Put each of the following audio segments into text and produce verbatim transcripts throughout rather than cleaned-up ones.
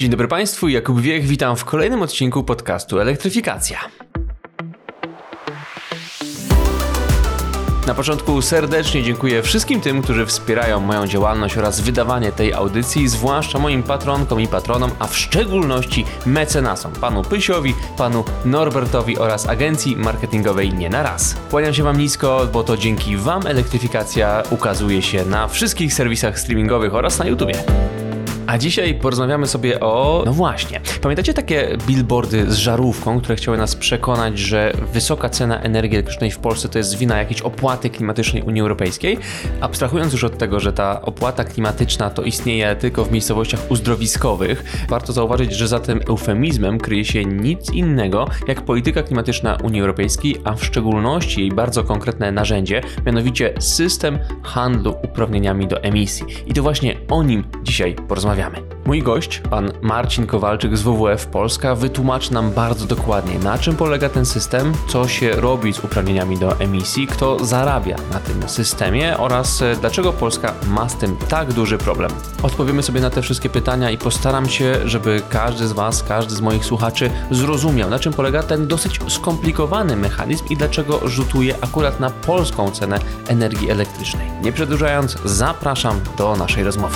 Dzień dobry Państwu, Jakub Wiech, witam w kolejnym odcinku podcastu Elektryfikacja. Na początku serdecznie dziękuję wszystkim tym, którzy wspierają moją działalność oraz wydawanie tej audycji, zwłaszcza moim patronkom i patronom, a w szczególności mecenasom, panu Pysiowi, panu Norbertowi oraz agencji marketingowej Nie na Raz. Kłaniam się Wam nisko, bo to dzięki Wam Elektryfikacja ukazuje się na wszystkich serwisach streamingowych oraz na YouTubie. A dzisiaj porozmawiamy sobie o... No właśnie, pamiętacie takie billboardy z żarówką, które chciały nas przekonać, że wysoka cena energii elektrycznej w Polsce to jest wina jakiejś opłaty klimatycznej Unii Europejskiej? Abstrahując już od tego, że ta opłata klimatyczna to istnieje tylko w miejscowościach uzdrowiskowych, warto zauważyć, że za tym eufemizmem kryje się nic innego jak polityka klimatyczna Unii Europejskiej, a w szczególności jej bardzo konkretne narzędzie, mianowicie system handlu uprawnieniami do emisji. I to właśnie o nim dzisiaj porozmawiamy. Mój gość, pan Marcin Kowalczyk z W W F Polska, wytłumaczy nam bardzo dokładnie, na czym polega ten system, co się robi z uprawnieniami do emisji, kto zarabia na tym systemie oraz dlaczego Polska ma z tym tak duży problem. Odpowiemy sobie na te wszystkie pytania i postaram się, żeby każdy z Was, każdy z moich słuchaczy zrozumiał, na czym polega ten dosyć skomplikowany mechanizm i dlaczego rzutuje akurat na polską cenę energii elektrycznej. Nie przedłużając, zapraszam do naszej rozmowy.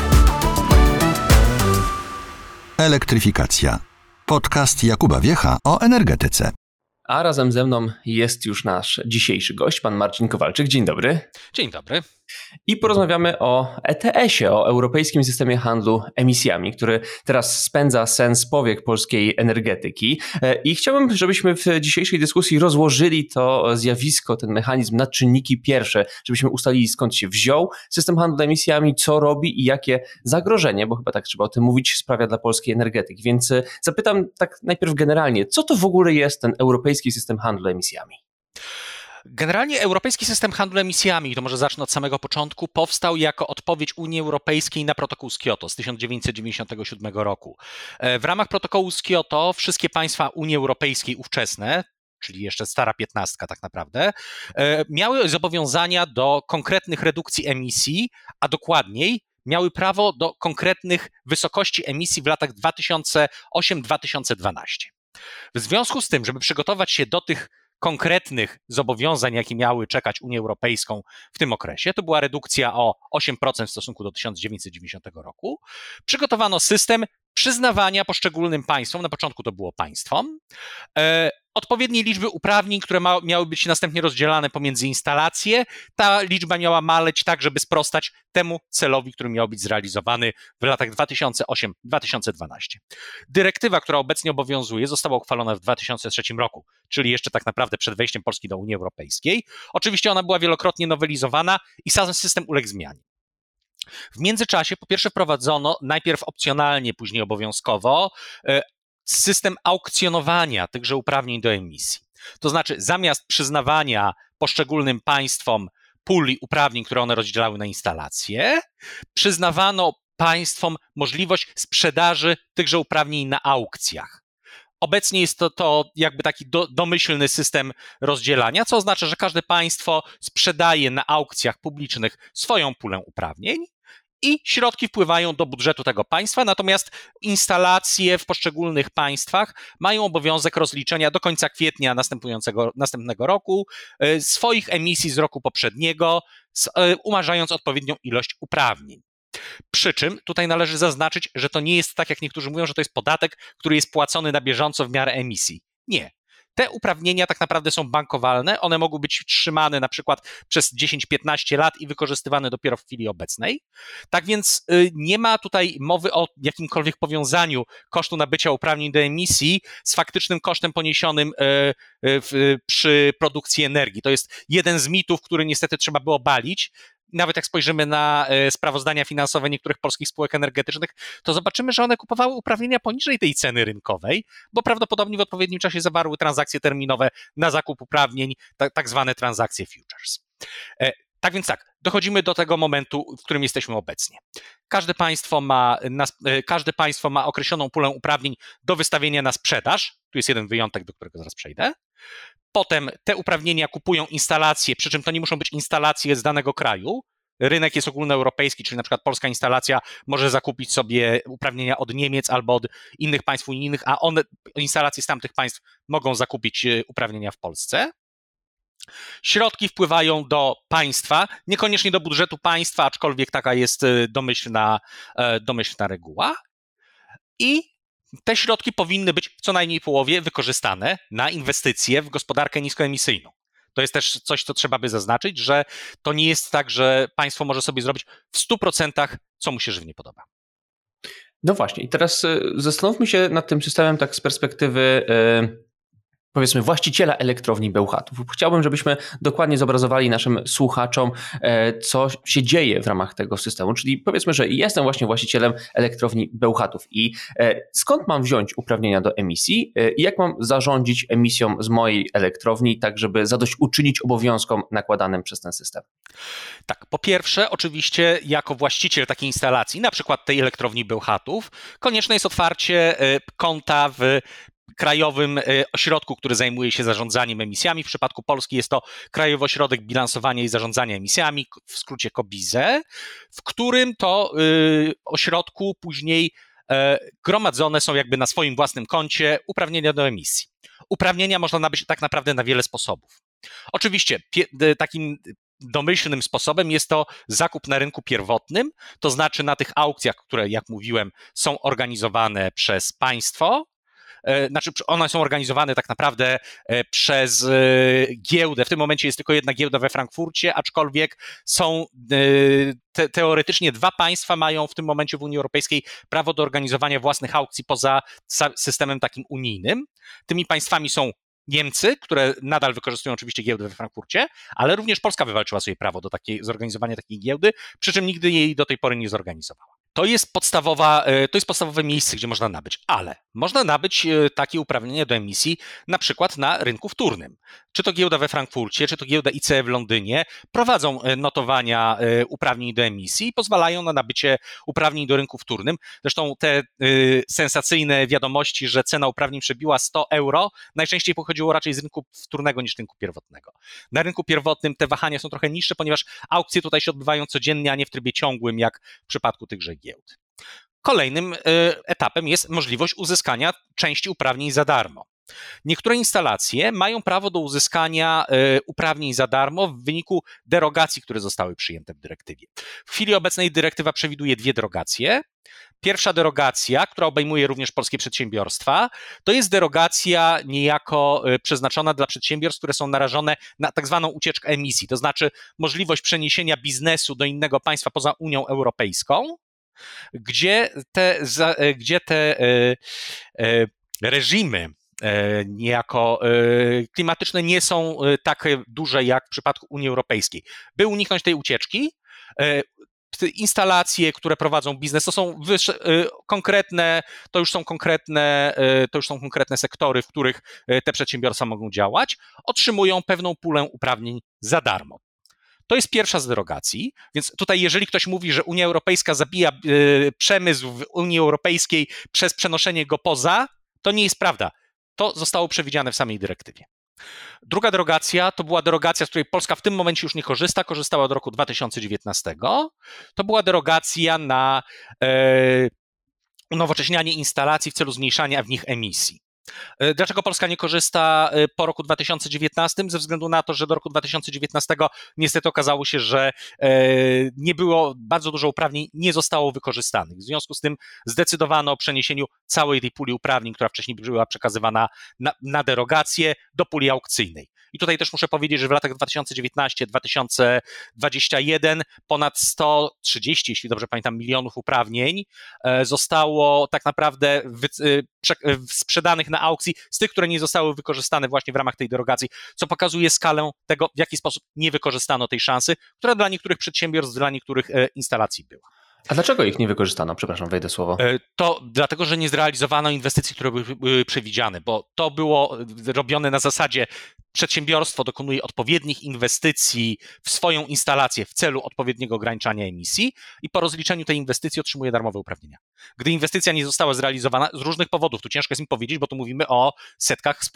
Elektryfikacja. Podcast Jakuba Wiecha o energetyce. A razem ze mną jest już nasz dzisiejszy gość, pan Marcin Kowalczyk. Dzień dobry. Dzień dobry. I porozmawiamy o E T S-ie, o Europejskim Systemie Handlu Emisjami, który teraz spędza sens powiek polskiej energetyki. I chciałbym, żebyśmy w dzisiejszej dyskusji rozłożyli to zjawisko, ten mechanizm na czynniki pierwsze, żebyśmy ustalili, skąd się wziął system handlu emisjami, co robi i jakie zagrożenie, bo chyba tak trzeba o tym mówić, sprawia dla polskiej energetyki. Więc zapytam tak najpierw generalnie, co to w ogóle jest ten Europejski System Handlu Emisjami? Generalnie Europejski System Handlu Emisjami, to może zacznę od samego początku, powstał jako odpowiedź Unii Europejskiej na protokół z Kioto z tysiąc dziewięćset dziewięćdziesiątego siódmego roku. W ramach protokołu z Kioto wszystkie państwa Unii Europejskiej ówczesne, czyli jeszcze stara piętnastka tak naprawdę, miały zobowiązania do konkretnych redukcji emisji, a dokładniej miały prawo do konkretnych wysokości emisji w latach dwa tysiące ósmym do dwa tysiące dwunastego. W związku z tym, żeby przygotować się do tych konkretnych zobowiązań, jakie miały czekać Unię Europejską w tym okresie, to była redukcja o osiem procent w stosunku do tysiąc dziewięćset dziewięćdziesiątego roku, przygotowano system przyznawania poszczególnym państwom, na początku to było państwom, e, odpowiedniej liczby uprawnień, które ma, miały być następnie rozdzielane pomiędzy instalacje. Ta liczba miała maleć tak, żeby sprostać temu celowi, który miał być zrealizowany w latach dwa tysiące ósmym do dwa tysiące dwunastego. Dyrektywa, która obecnie obowiązuje, została uchwalona w dwa tysiące trzecim roku, czyli jeszcze tak naprawdę przed wejściem Polski do Unii Europejskiej. Oczywiście ona była wielokrotnie nowelizowana i sam system uległ zmianie. W międzyczasie po pierwsze wprowadzono najpierw opcjonalnie, później obowiązkowo system aukcjonowania tychże uprawnień do emisji. To znaczy zamiast przyznawania poszczególnym państwom puli uprawnień, które one rozdzielały na instalacje, przyznawano państwom możliwość sprzedaży tychże uprawnień na aukcjach. Obecnie jest to, to jakby taki do, domyślny system rozdzielania, co oznacza, że każde państwo sprzedaje na aukcjach publicznych swoją pulę uprawnień i środki wpływają do budżetu tego państwa, natomiast instalacje w poszczególnych państwach mają obowiązek rozliczenia do końca kwietnia następującego, następnego roku swoich emisji z roku poprzedniego, umarzając odpowiednią ilość uprawnień. Przy czym tutaj należy zaznaczyć, że to nie jest tak, jak niektórzy mówią, że to jest podatek, który jest płacony na bieżąco w miarę emisji. Nie. Te uprawnienia tak naprawdę są bankowalne, one mogą być trzymane na przykład przez dziesięć do piętnastu lat i wykorzystywane dopiero w chwili obecnej. Tak więc y, nie ma tutaj mowy o jakimkolwiek powiązaniu kosztu nabycia uprawnień do emisji z faktycznym kosztem poniesionym y, y, w, przy produkcji energii. To jest jeden z mitów, który niestety trzeba było obalić. Nawet jak spojrzymy na sprawozdania finansowe niektórych polskich spółek energetycznych, to zobaczymy, że one kupowały uprawnienia poniżej tej ceny rynkowej, bo prawdopodobnie w odpowiednim czasie zawarły transakcje terminowe na zakup uprawnień, tak, tak zwane transakcje futures. Tak więc tak, dochodzimy do tego momentu, w którym jesteśmy obecnie. Każde państwo ma, każde państwo ma określoną pulę uprawnień do wystawienia na sprzedaż. Tu jest jeden wyjątek, do którego zaraz przejdę. Potem te uprawnienia kupują instalacje, przy czym to nie muszą być instalacje z danego kraju. rynek jest ogólnoeuropejski, czyli na przykład polska instalacja może zakupić sobie uprawnienia od Niemiec albo od innych państw unijnych, a one, instalacje z tamtych państw mogą zakupić uprawnienia w Polsce. Środki wpływają do państwa, niekoniecznie do budżetu państwa, aczkolwiek taka jest domyślna, domyślna reguła. I te środki powinny być w co najmniej połowie wykorzystane na inwestycje w gospodarkę niskoemisyjną. To jest też coś, co trzeba by zaznaczyć, że to nie jest tak, że państwo może sobie zrobić w stu procentach, co mu się żywnie podoba. No właśnie, i teraz zastanówmy się nad tym systemem tak z perspektywy yy, powiedzmy właściciela elektrowni Bełchatów. Chciałbym, żebyśmy dokładnie zobrazowali naszym słuchaczom, yy, co się dzieje w ramach tego systemu, czyli powiedzmy, że jestem właśnie właścicielem elektrowni Bełchatów i yy, skąd mam wziąć uprawnienia do emisji yy, i jak mam zarządzić emisją z mojej elektrowni, tak żeby zadośćuczynić obowiązkom nakładanym przez ten system? Tak, po pierwsze, oczywiście jako właściciel takiej instalacji, na przykład tej elektrowni Bełchatów, konieczne jest otwarcie konta w krajowym ośrodku, który zajmuje się zarządzaniem emisjami. W przypadku Polski jest to Krajowy Ośrodek Bilansowania i Zarządzania Emisjami, w skrócie KOBiZE, w którym to ośrodku później gromadzone są jakby na swoim własnym koncie uprawnienia do emisji. Uprawnienia można nabyć tak naprawdę na wiele sposobów. Oczywiście takim domyślnym sposobem jest to zakup na rynku pierwotnym, to znaczy na tych aukcjach, które, jak mówiłem, są organizowane przez państwo. Znaczy one są organizowane tak naprawdę przez giełdę. W tym momencie jest tylko jedna giełda we Frankfurcie, aczkolwiek są te, teoretycznie dwa państwa mają w tym momencie w Unii Europejskiej prawo do organizowania własnych aukcji poza systemem takim unijnym. Tymi państwami są Niemcy, które nadal wykorzystują oczywiście giełdę we Frankfurcie, ale również Polska wywalczyła sobie prawo do takiej, zorganizowania takiej giełdy, przy czym nigdy jej do tej pory nie zorganizowała. To jest podstawowa, to jest podstawowe miejsce, gdzie można nabyć, ale można nabyć takie uprawnienia do emisji na przykład na rynku wtórnym. Czy to giełda we Frankfurcie, czy to giełda I C E w Londynie prowadzą notowania uprawnień do emisji i pozwalają na nabycie uprawnień do rynku wtórnym. Zresztą te sensacyjne wiadomości, że cena uprawnień przebiła sto euro, najczęściej pochodziło raczej z rynku wtórnego niż rynku pierwotnego. Na rynku pierwotnym te wahania są trochę niższe, ponieważ aukcje tutaj się odbywają codziennie, a nie w trybie ciągłym, jak w przypadku tychże giełd. Kolejnym etapem jest możliwość uzyskania części uprawnień za darmo. Niektóre instalacje mają prawo do uzyskania uprawnień za darmo w wyniku derogacji, które zostały przyjęte w dyrektywie. W chwili obecnej dyrektywa przewiduje dwie derogacje. Pierwsza derogacja, która obejmuje również polskie przedsiębiorstwa, to jest derogacja niejako przeznaczona dla przedsiębiorstw, które są narażone na tak zwaną ucieczkę emisji, to znaczy możliwość przeniesienia biznesu do innego państwa poza Unią Europejską, gdzie te, gdzie te e, e, reżimy e, niejako e, klimatyczne nie są tak duże jak w przypadku Unii Europejskiej. By uniknąć tej ucieczki, e, instalacje, które prowadzą biznes, to są wyższe, konkretne, to już są konkretne, to już są konkretne sektory, w których te przedsiębiorstwa mogą działać, otrzymują pewną pulę uprawnień za darmo. To jest pierwsza z derogacji, więc tutaj jeżeli ktoś mówi, że Unia Europejska zabija przemysł w Unii Europejskiej przez przenoszenie go poza, to nie jest prawda. To zostało przewidziane w samej dyrektywie. Druga derogacja to była derogacja, z której Polska w tym momencie już nie korzysta, korzystała od roku dwa tysiące dziewiętnastego. To była derogacja na e, unowocześnianie instalacji w celu zmniejszania w nich emisji. Dlaczego Polska nie korzysta po roku dwa tysiące dziewiętnastym? Ze względu na to, że do roku dwa tysiące dziewiętnastego niestety okazało się, że nie było, bardzo dużo uprawnień nie zostało wykorzystanych. W związku z tym zdecydowano o przeniesieniu całej tej puli uprawnień, która wcześniej była przekazywana na, na derogację, do puli aukcyjnej. I tutaj też muszę powiedzieć, że w latach dwa tysiące dziewiętnasty do dwa tysiące dwudziestego pierwszego ponad sto trzydzieści, jeśli dobrze pamiętam, milionów uprawnień zostało tak naprawdę wy, sprzedanych na aukcji z tych, które nie zostały wykorzystane właśnie w ramach tej derogacji, co pokazuje skalę tego, w jaki sposób nie wykorzystano tej szansy, która dla niektórych przedsiębiorstw, dla niektórych instalacji była. A dlaczego ich nie wykorzystano? Przepraszam, wejdę słowo. To dlatego, że nie zrealizowano inwestycji, które były przewidziane, bo to było robione na zasadzie przedsiębiorstwo dokonuje odpowiednich inwestycji w swoją instalację w celu odpowiedniego ograniczania emisji i po rozliczeniu tej inwestycji otrzymuje darmowe uprawnienia. Gdy inwestycja nie została zrealizowana z różnych powodów, tu ciężko jest mi powiedzieć, bo tu mówimy o setkach spółek.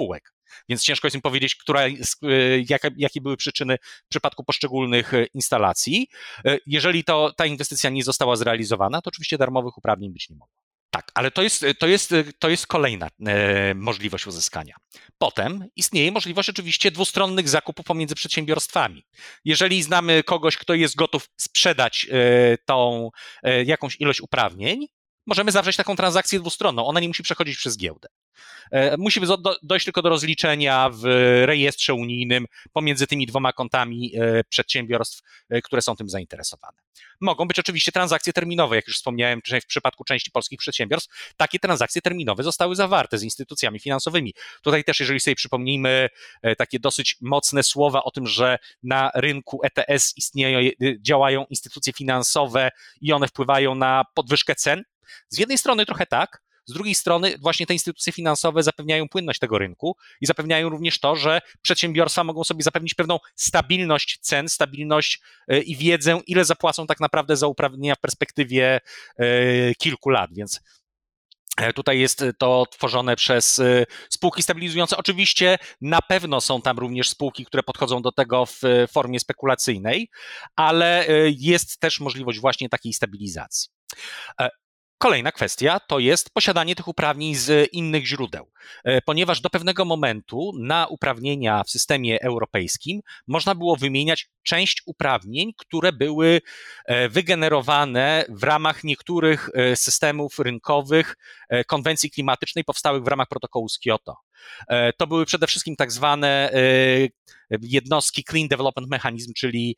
Więc ciężko jest mi powiedzieć, która, jaka, jakie były przyczyny w przypadku poszczególnych instalacji. Jeżeli to, ta inwestycja nie została zrealizowana, to oczywiście darmowych uprawnień być nie mogło. Tak, ale to jest, to jest, to jest kolejna e, możliwość uzyskania. Potem istnieje możliwość oczywiście dwustronnych zakupów pomiędzy przedsiębiorstwami. Jeżeli znamy kogoś, kto jest gotów sprzedać e, tą e, jakąś ilość uprawnień, możemy zawrzeć taką transakcję dwustronną. Ona nie musi przechodzić przez giełdę. Musi dojść tylko do rozliczenia w rejestrze unijnym pomiędzy tymi dwoma kontami przedsiębiorstw, które są tym zainteresowane. Mogą być oczywiście transakcje terminowe, jak już wspomniałem, w przypadku części polskich przedsiębiorstw, takie transakcje terminowe zostały zawarte z instytucjami finansowymi. Tutaj też, jeżeli sobie przypomnimy takie dosyć mocne słowa o tym, że na rynku E T S istnieją, działają instytucje finansowe i one wpływają na podwyżkę cen, z jednej strony trochę tak, z drugiej strony właśnie te instytucje finansowe zapewniają płynność tego rynku i zapewniają również to, że przedsiębiorstwa mogą sobie zapewnić pewną stabilność cen, stabilność i wiedzę, ile zapłacą tak naprawdę za uprawnienia w perspektywie kilku lat, więc tutaj jest to tworzone przez spółki stabilizujące. Oczywiście na pewno są tam również spółki, które podchodzą do tego w formie spekulacyjnej, ale jest też możliwość właśnie takiej stabilizacji. Kolejna kwestia to jest posiadanie tych uprawnień z innych źródeł, ponieważ do pewnego momentu na uprawnienia w systemie europejskim można było wymieniać część uprawnień, które były wygenerowane w ramach niektórych systemów rynkowych konwencji klimatycznej powstałych w ramach protokołu z Kioto. To były przede wszystkim tak zwane jednostki Clean Development Mechanism, czyli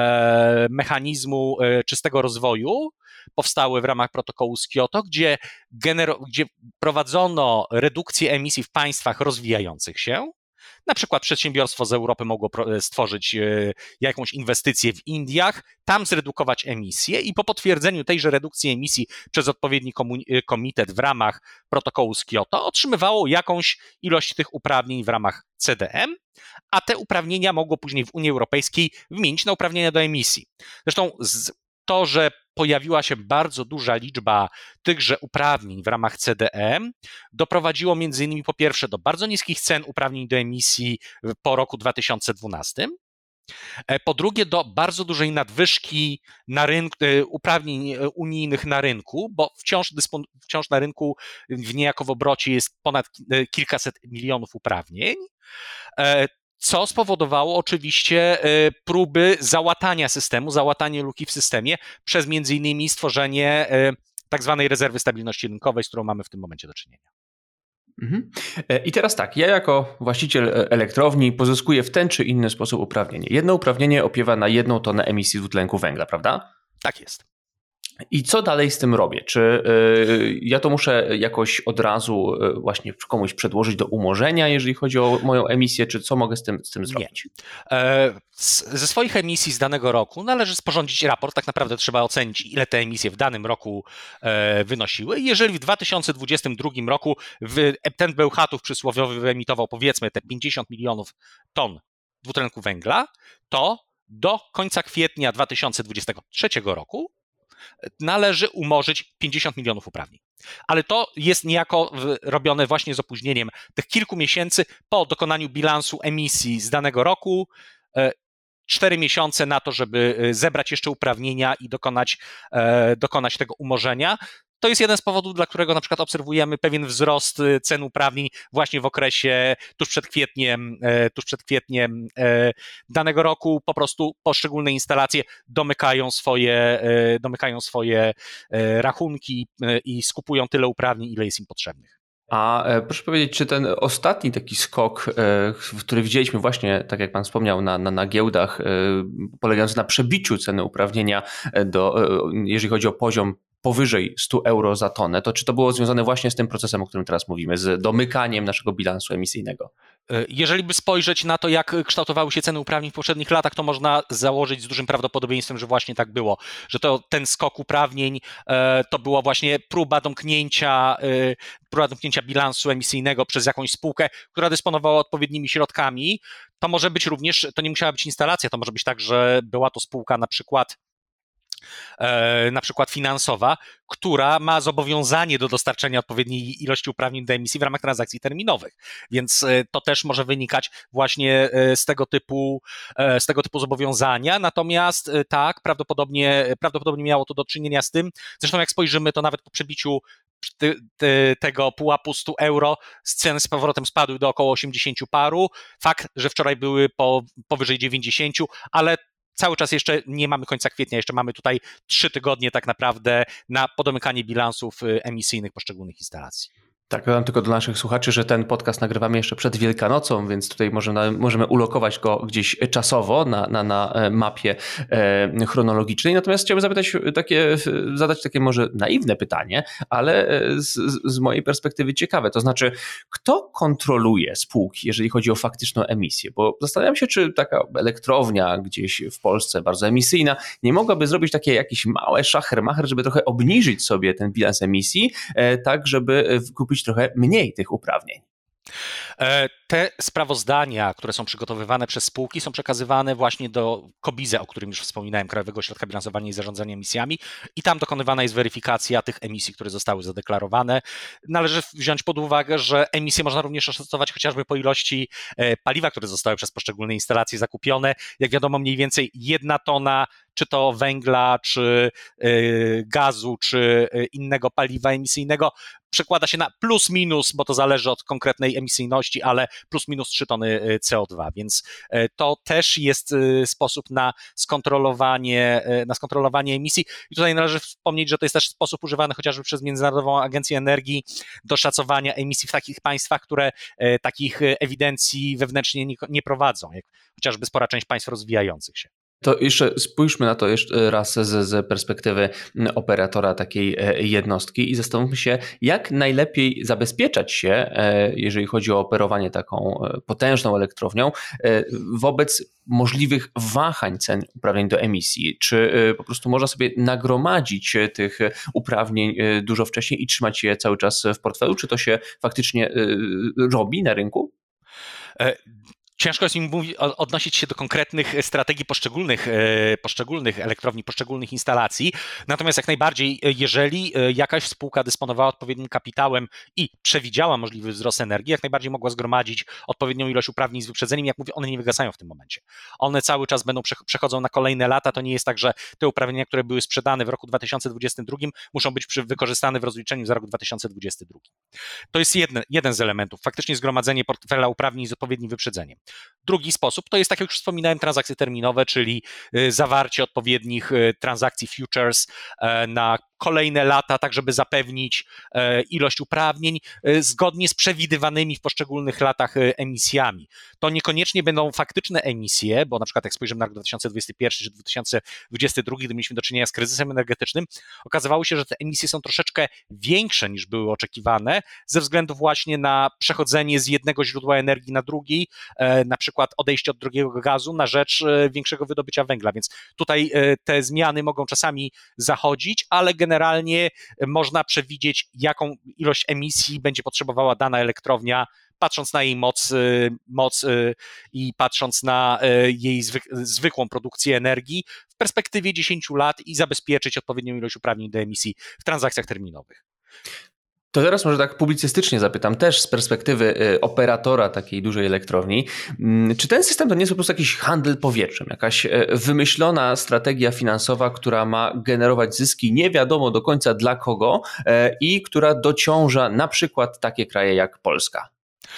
mechanizmu czystego rozwoju, powstały w ramach protokołu z Kioto, gdzie, genero- gdzie prowadzono redukcję emisji w państwach rozwijających się. Na przykład przedsiębiorstwo z Europy mogło stworzyć jakąś inwestycję w Indiach, tam zredukować emisje i po potwierdzeniu tejże redukcji emisji przez odpowiedni komitet w ramach protokołu z Kioto otrzymywało jakąś ilość tych uprawnień w ramach C D M, a te uprawnienia mogło później w Unii Europejskiej wymienić na uprawnienia do emisji. Zresztą z to, że pojawiła się bardzo duża liczba tychże uprawnień w ramach C D M, doprowadziło między innymi po pierwsze do bardzo niskich cen uprawnień do emisji po roku dwa tysiące dwunastym, po drugie do bardzo dużej nadwyżki na rynku, uprawnień unijnych na rynku, bo wciąż, dyspon, wciąż na rynku w niejako w obrocie jest ponad kilkaset milionów uprawnień, co spowodowało oczywiście próby załatania systemu, załatanie luki w systemie przez między innymi stworzenie tak zwanej rezerwy stabilności rynkowej, z którą mamy w tym momencie do czynienia. Mhm. I teraz tak, ja jako właściciel elektrowni pozyskuję w ten czy inny sposób uprawnienie. Jedno uprawnienie opiewa na jedną tonę emisji dwutlenku węgla, prawda? Tak jest. I co dalej z tym robię? Czy y, ja to muszę jakoś od razu y, właśnie komuś przedłożyć do umorzenia, jeżeli chodzi o moją emisję, czy co mogę z tym, z tym zrobić? Nie. E, z, ze swoich emisji z danego roku należy sporządzić raport, tak naprawdę trzeba ocenić, ile te emisje w danym roku e, wynosiły. Jeżeli w dwa tysiące dwudziestym drugim roku w, ten Bełchatów przysłowiowy wyemitował powiedzmy te pięćdziesiąt milionów ton dwutlenku węgla, to do końca kwietnia dwa tysiące dwudziestego trzeciego roku należy umorzyć pięćdziesiąt milionów uprawnień. Ale to jest niejako robione właśnie z opóźnieniem tych kilku miesięcy po dokonaniu bilansu emisji z danego roku, cztery miesiące na to, żeby zebrać jeszcze uprawnienia i dokonać, dokonać tego umorzenia. To jest jeden z powodów, dla którego na przykład obserwujemy pewien wzrost cen uprawnień właśnie w okresie tuż przed kwietniem, tuż przed kwietniem danego roku. Po prostu poszczególne instalacje domykają swoje, domykają swoje rachunki i skupują tyle uprawnień, ile jest im potrzebnych. A proszę powiedzieć, czy ten ostatni taki skok, który widzieliśmy właśnie, tak jak pan wspomniał, na, na, na giełdach, polegający na przebiciu ceny uprawnienia, do, jeżeli chodzi o poziom powyżej stu euro za tonę, to czy to było związane właśnie z tym procesem, o którym teraz mówimy, z domykaniem naszego bilansu emisyjnego? Jeżeli by spojrzeć na to, jak kształtowały się ceny uprawnień w poprzednich latach, to można założyć z dużym prawdopodobieństwem, że właśnie tak było, że to ten skok uprawnień to była właśnie próba domknięcia, próba domknięcia bilansu emisyjnego przez jakąś spółkę, która dysponowała odpowiednimi środkami. To może być również, to nie musiała być instalacja, to może być tak, że była to spółka na przykład na przykład finansowa, która ma zobowiązanie do dostarczenia odpowiedniej ilości uprawnień do emisji w ramach transakcji terminowych. Więc to też może wynikać właśnie z tego typu, z tego typu zobowiązania. Natomiast tak, prawdopodobnie, prawdopodobnie miało to do czynienia z tym, zresztą jak spojrzymy, to nawet po przebiciu Te, te, tego pułapu stu euro ceny z powrotem spadły do około osiemdziesięciu paru. Fakt, że wczoraj były po, powyżej dziewięćdziesięciu, ale cały czas jeszcze nie mamy końca kwietnia, jeszcze mamy tutaj trzy tygodnie tak naprawdę na podomykanie bilansów emisyjnych poszczególnych instalacji. Tak, dodam tylko do naszych słuchaczy, że ten podcast nagrywamy jeszcze przed Wielkanocą, więc tutaj możemy, możemy ulokować go gdzieś czasowo na, na, na mapie e, chronologicznej. Natomiast chciałbym zapytać takie, zadać takie może naiwne pytanie, ale z, z mojej perspektywy ciekawe. To znaczy, kto kontroluje spółki, jeżeli chodzi o faktyczną emisję? Bo zastanawiam się, czy taka elektrownia gdzieś w Polsce, bardzo emisyjna, nie mogłaby zrobić takie jakieś małe szacher-macher, żeby trochę obniżyć sobie ten bilans emisji, e, tak żeby kupić trochę mniej tych uprawnień. Te sprawozdania, które są przygotowywane przez spółki, są przekazywane właśnie do KOBiZE, o którym już wspominałem, Krajowego Ośrodka Bilansowania i Zarządzania Emisjami, i tam dokonywana jest weryfikacja tych emisji, które zostały zadeklarowane. Należy wziąć pod uwagę, że emisje można również szacować chociażby po ilości paliwa, które zostały przez poszczególne instalacje zakupione. Jak wiadomo, mniej więcej jedna tona czy to węgla, czy y, gazu, czy y, innego paliwa emisyjnego, przekłada się na plus minus, bo to zależy od konkretnej emisyjności, ale plus minus trzy tony C O dwa, więc y, to też jest y, sposób na skontrolowanie, y, na skontrolowanie emisji. I tutaj należy wspomnieć, że to jest też sposób używany chociażby przez Międzynarodową Agencję Energii do szacowania emisji w takich państwach, które y, takich ewidencji wewnętrznie nie, nie prowadzą, jak chociażby spora część państw rozwijających się. To jeszcze spójrzmy na to jeszcze raz z, z perspektywy operatora takiej jednostki i zastanówmy się, jak najlepiej zabezpieczać się, jeżeli chodzi o operowanie taką potężną elektrownią, wobec możliwych wahań cen uprawnień do emisji. Czy po prostu można sobie nagromadzić tych uprawnień dużo wcześniej i trzymać je cały czas w portfelu? Czy to się faktycznie robi na rynku? E- Ciężko jest mi odnosić się do konkretnych strategii poszczególnych, poszczególnych elektrowni, poszczególnych instalacji. Natomiast jak najbardziej, jeżeli jakaś spółka dysponowała odpowiednim kapitałem i przewidziała możliwy wzrost energii, jak najbardziej mogła zgromadzić odpowiednią ilość uprawnień z wyprzedzeniem. Jak mówię, one nie wygasają w tym momencie. One cały czas będą przechodzą na kolejne lata. To nie jest tak, że te uprawnienia, które były sprzedane w roku dwa tysiące dwudziestym drugim, muszą być wykorzystane w rozliczeniu za rok dwa tysiące dwudziesty drugi. To jest jeden, jeden z elementów. Faktycznie zgromadzenie portfela uprawnień z odpowiednim wyprzedzeniem. Drugi sposób to jest, tak jak już wspominałem, transakcje terminowe, czyli zawarcie odpowiednich transakcji futures na kolejne lata, tak żeby zapewnić ilość uprawnień zgodnie z przewidywanymi w poszczególnych latach emisjami. To niekoniecznie będą faktyczne emisje, bo na przykład jak spojrzymy na rok dwa tysiące dwudziesty pierwszy czy dwa tysiące dwudziesty drugi, gdy mieliśmy do czynienia z kryzysem energetycznym, okazywało się, że te emisje są troszeczkę większe niż były oczekiwane ze względu właśnie na przechodzenie z jednego źródła energii na drugi, na przykład odejście od drogiego gazu na rzecz większego wydobycia węgla, więc tutaj te zmiany mogą czasami zachodzić, ale generalnie można przewidzieć, jaką ilość emisji będzie potrzebowała dana elektrownia, patrząc na jej moc, moc i patrząc na jej zwykłą produkcję energii w perspektywie dziesięciu lat i zabezpieczyć odpowiednią ilość uprawnień do emisji w transakcjach terminowych. To teraz może tak publicystycznie zapytam, też z perspektywy operatora takiej dużej elektrowni, czy ten system to nie jest po prostu jakiś handel powietrzem, jakaś wymyślona strategia finansowa, która ma generować zyski nie wiadomo do końca dla kogo i która dociąża na przykład takie kraje jak Polska?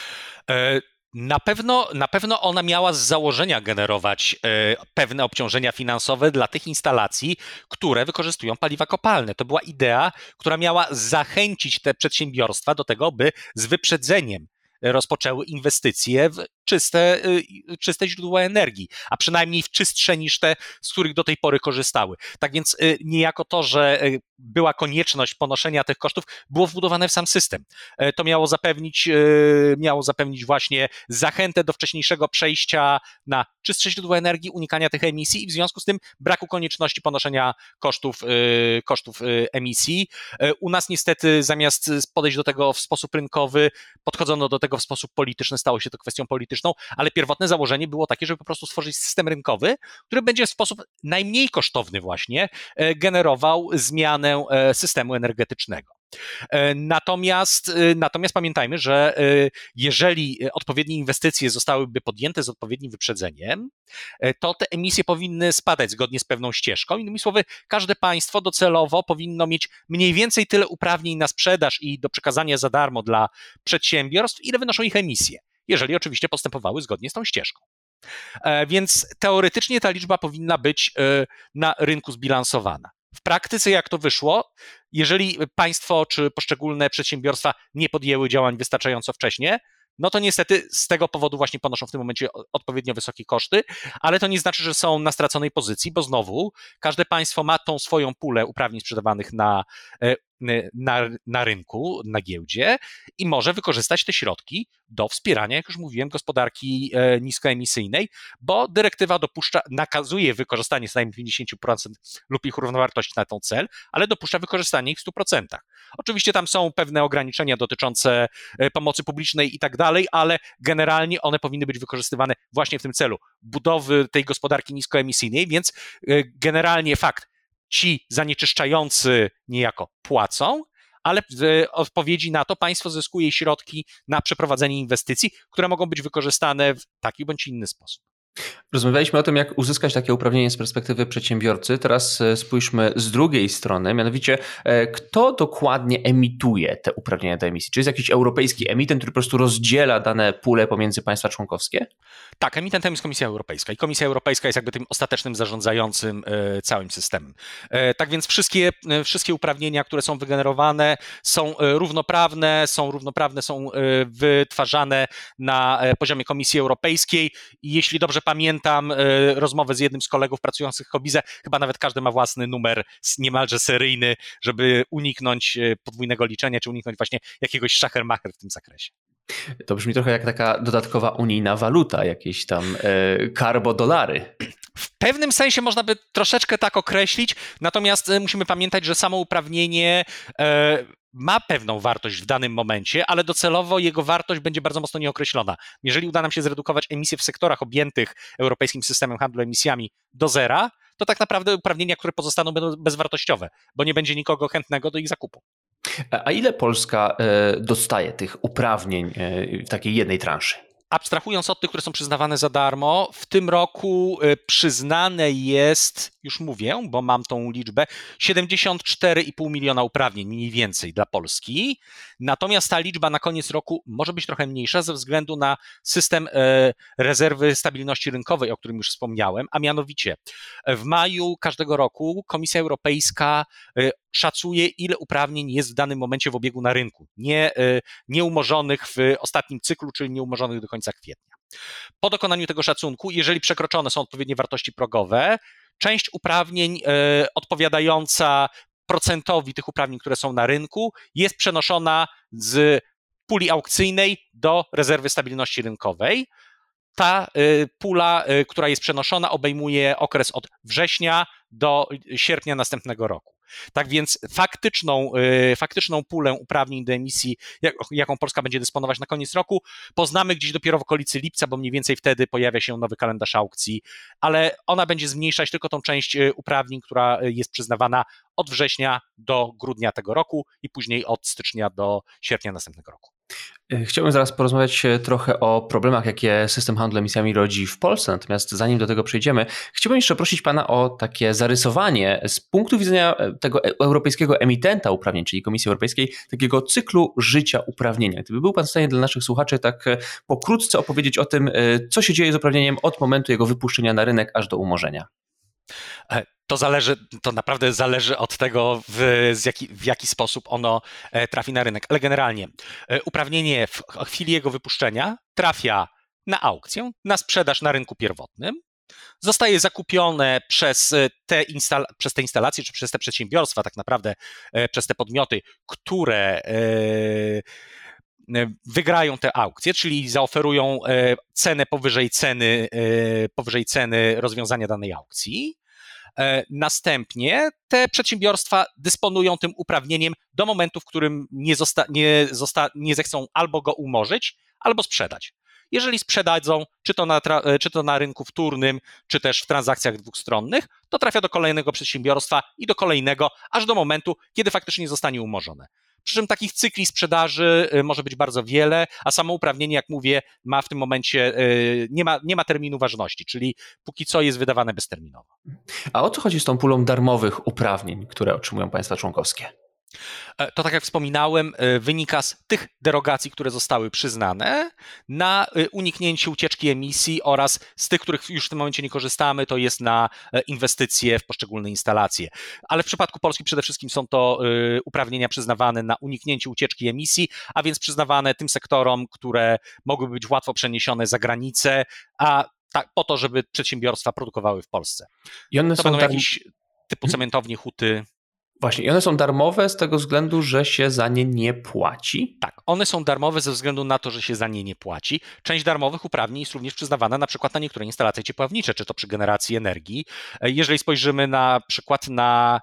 E- Na pewno, na pewno ona miała z założenia generować e, pewne obciążenia finansowe dla tych instalacji, które wykorzystują paliwa kopalne. To była idea, która miała zachęcić te przedsiębiorstwa do tego, by z wyprzedzeniem rozpoczęły inwestycje w czyste, czyste źródła energii, a przynajmniej w czystsze niż te, z których do tej pory korzystały. Tak więc niejako to, że była konieczność ponoszenia tych kosztów, było wbudowane w sam system. To miało zapewnić, miało zapewnić właśnie zachętę do wcześniejszego przejścia na czystsze źródła energii, unikania tych emisji i w związku z tym braku konieczności ponoszenia kosztów, kosztów emisji. U nas niestety zamiast podejść do tego w sposób rynkowy, podchodzono do tego w sposób polityczny, stało się to kwestią polityczną energetyczną, ale pierwotne założenie było takie, żeby po prostu stworzyć system rynkowy, który będzie w sposób najmniej kosztowny właśnie generował zmianę systemu energetycznego. Natomiast, natomiast pamiętajmy, że jeżeli odpowiednie inwestycje zostałyby podjęte z odpowiednim wyprzedzeniem, to te emisje powinny spadać zgodnie z pewną ścieżką. Innymi słowy, każde państwo docelowo powinno mieć mniej więcej tyle uprawnień na sprzedaż i do przekazania za darmo dla przedsiębiorstw, ile wynoszą ich emisje, jeżeli oczywiście postępowały zgodnie z tą ścieżką. Więc teoretycznie ta liczba powinna być na rynku zbilansowana. W praktyce jak to wyszło, jeżeli państwo czy poszczególne przedsiębiorstwa nie podjęły działań wystarczająco wcześnie, no to niestety z tego powodu właśnie ponoszą w tym momencie odpowiednio wysokie koszty, ale to nie znaczy, że są na straconej pozycji, bo znowu każde państwo ma tą swoją pulę uprawnień sprzedawanych na, na, na rynku, na giełdzie i może wykorzystać te środki do wspierania, jak już mówiłem, gospodarki niskoemisyjnej, bo dyrektywa dopuszcza, nakazuje wykorzystanie co najmniej pięćdziesiąt procent lub ich równowartości na ten cel, ale dopuszcza wykorzystanie ich w stu procentach. Oczywiście tam są pewne ograniczenia dotyczące pomocy publicznej i tak dalej, ale generalnie one powinny być wykorzystywane właśnie w tym celu budowy tej gospodarki niskoemisyjnej, więc generalnie fakt, ci zanieczyszczający niejako płacą, ale w odpowiedzi na to państwo zyskuje środki na przeprowadzenie inwestycji, które mogą być wykorzystane w taki bądź inny sposób. Rozmawialiśmy o tym, jak uzyskać takie uprawnienie z perspektywy przedsiębiorcy. Teraz spójrzmy z drugiej strony, mianowicie kto dokładnie emituje te uprawnienia do emisji? Czy jest jakiś europejski emitent, który po prostu rozdziela dane pule pomiędzy państwa członkowskie? Tak, emitentem jest Komisja Europejska i Komisja Europejska jest jakby tym ostatecznym zarządzającym całym systemem. Tak więc wszystkie, wszystkie uprawnienia, które są wygenerowane, są równoprawne, są równoprawne, są wytwarzane na poziomie Komisji Europejskiej i jeśli dobrze pamiętam rozmowę z jednym z kolegów pracujących w Hobize, chyba nawet każdy ma własny numer niemalże seryjny, żeby uniknąć podwójnego liczenia, czy uniknąć właśnie jakiegoś szachermacher w tym zakresie. To brzmi trochę jak taka dodatkowa unijna waluta, jakieś tam e, karbo-dolary. W pewnym sensie można by troszeczkę tak określić, natomiast musimy pamiętać, że samo uprawnienie e, ma pewną wartość w danym momencie, ale docelowo jego wartość będzie bardzo mocno nieokreślona. Jeżeli uda nam się zredukować emisje w sektorach objętych Europejskim Systemem Handlu Emisjami do zera, to tak naprawdę uprawnienia, które pozostaną, będą bezwartościowe, bo nie będzie nikogo chętnego do ich zakupu. A ile Polska dostaje tych uprawnień w takiej jednej transzy? Abstrahując od tych, które są przyznawane za darmo, w tym roku przyznane jest, już mówię, bo mam tą liczbę, siedemdziesiąt cztery i pół miliona uprawnień mniej więcej dla Polski. Natomiast ta liczba na koniec roku może być trochę mniejsza ze względu na system rezerwy stabilności rynkowej, o którym już wspomniałem, a mianowicie w maju każdego roku Komisja Europejska szacuje, ile uprawnień jest w danym momencie w obiegu na rynku, nie, nieumorzonych w ostatnim cyklu, czyli nieumorzonych do końca kwietnia. Po dokonaniu tego szacunku, jeżeli przekroczone są odpowiednie wartości progowe, część uprawnień e, odpowiadająca procentowi tych uprawnień, które są na rynku, jest przenoszona z puli aukcyjnej do rezerwy stabilności rynkowej. Ta y, pula, y, która jest przenoszona, obejmuje okres od września do sierpnia następnego roku. Tak więc faktyczną, y, faktyczną pulę uprawnień do emisji, jak, jaką Polska będzie dysponować na koniec roku, poznamy gdzieś dopiero w okolicy lipca, bo mniej więcej wtedy pojawia się nowy kalendarz aukcji, ale ona będzie zmniejszać tylko tą część uprawnień, która jest przyznawana od września do grudnia tego roku i później od stycznia do sierpnia następnego roku. Chciałbym zaraz porozmawiać trochę o problemach, jakie system handlu emisjami rodzi w Polsce, natomiast zanim do tego przejdziemy, chciałbym jeszcze prosić Pana o takie zarysowanie z punktu widzenia tego europejskiego emitenta uprawnień, czyli Komisji Europejskiej, takiego cyklu życia uprawnienia. Gdyby był Pan w stanie dla naszych słuchaczy tak pokrótce opowiedzieć o tym, co się dzieje z uprawnieniem od momentu jego wypuszczenia na rynek aż do umorzenia. To zależy, to naprawdę zależy od tego, w, z jaki, w jaki sposób ono trafi na rynek. Ale generalnie uprawnienie w chwili jego wypuszczenia trafia na aukcję, na sprzedaż na rynku pierwotnym, zostaje zakupione przez te, instal- przez te instalacje, czy przez te przedsiębiorstwa, tak naprawdę przez te podmioty, które wygrają te aukcje, czyli zaoferują cenę powyżej ceny, powyżej ceny rozwiązania danej aukcji. Następnie te przedsiębiorstwa dysponują tym uprawnieniem do momentu, w którym nie, zosta- nie, zosta- nie zechcą albo go umorzyć, albo sprzedać. Jeżeli sprzedadzą, czy to na, tra- czy to na rynku wtórnym, czy też w transakcjach dwustronnych, to trafia do kolejnego przedsiębiorstwa i do kolejnego, aż do momentu, kiedy faktycznie zostanie umorzone. Przy czym takich cykli sprzedaży może być bardzo wiele, a samo uprawnienie, jak mówię, ma w tym momencie, nie ma, nie ma terminu ważności, czyli póki co jest wydawane bezterminowo. A o co chodzi z tą pulą darmowych uprawnień, które otrzymują państwa członkowskie? To, tak jak wspominałem, wynika z tych derogacji, które zostały przyznane na uniknięcie ucieczki emisji oraz z tych, których już w tym momencie nie korzystamy, to jest na inwestycje w poszczególne instalacje. Ale w przypadku Polski przede wszystkim są to uprawnienia przyznawane na uniknięcie ucieczki emisji, a więc przyznawane tym sektorom, które mogłyby być łatwo przeniesione za granicę, a tak, po to, żeby przedsiębiorstwa produkowały w Polsce. I one to są będą dar... jakieś typu cementownie, huty. Właśnie, i one są darmowe z tego względu, że się za nie nie płaci? Tak, one są darmowe ze względu na to, że się za nie nie płaci. Część darmowych uprawnień jest również przyznawana na przykład na niektóre instalacje ciepłownicze, czy to przy generacji energii. Jeżeli spojrzymy na przykład na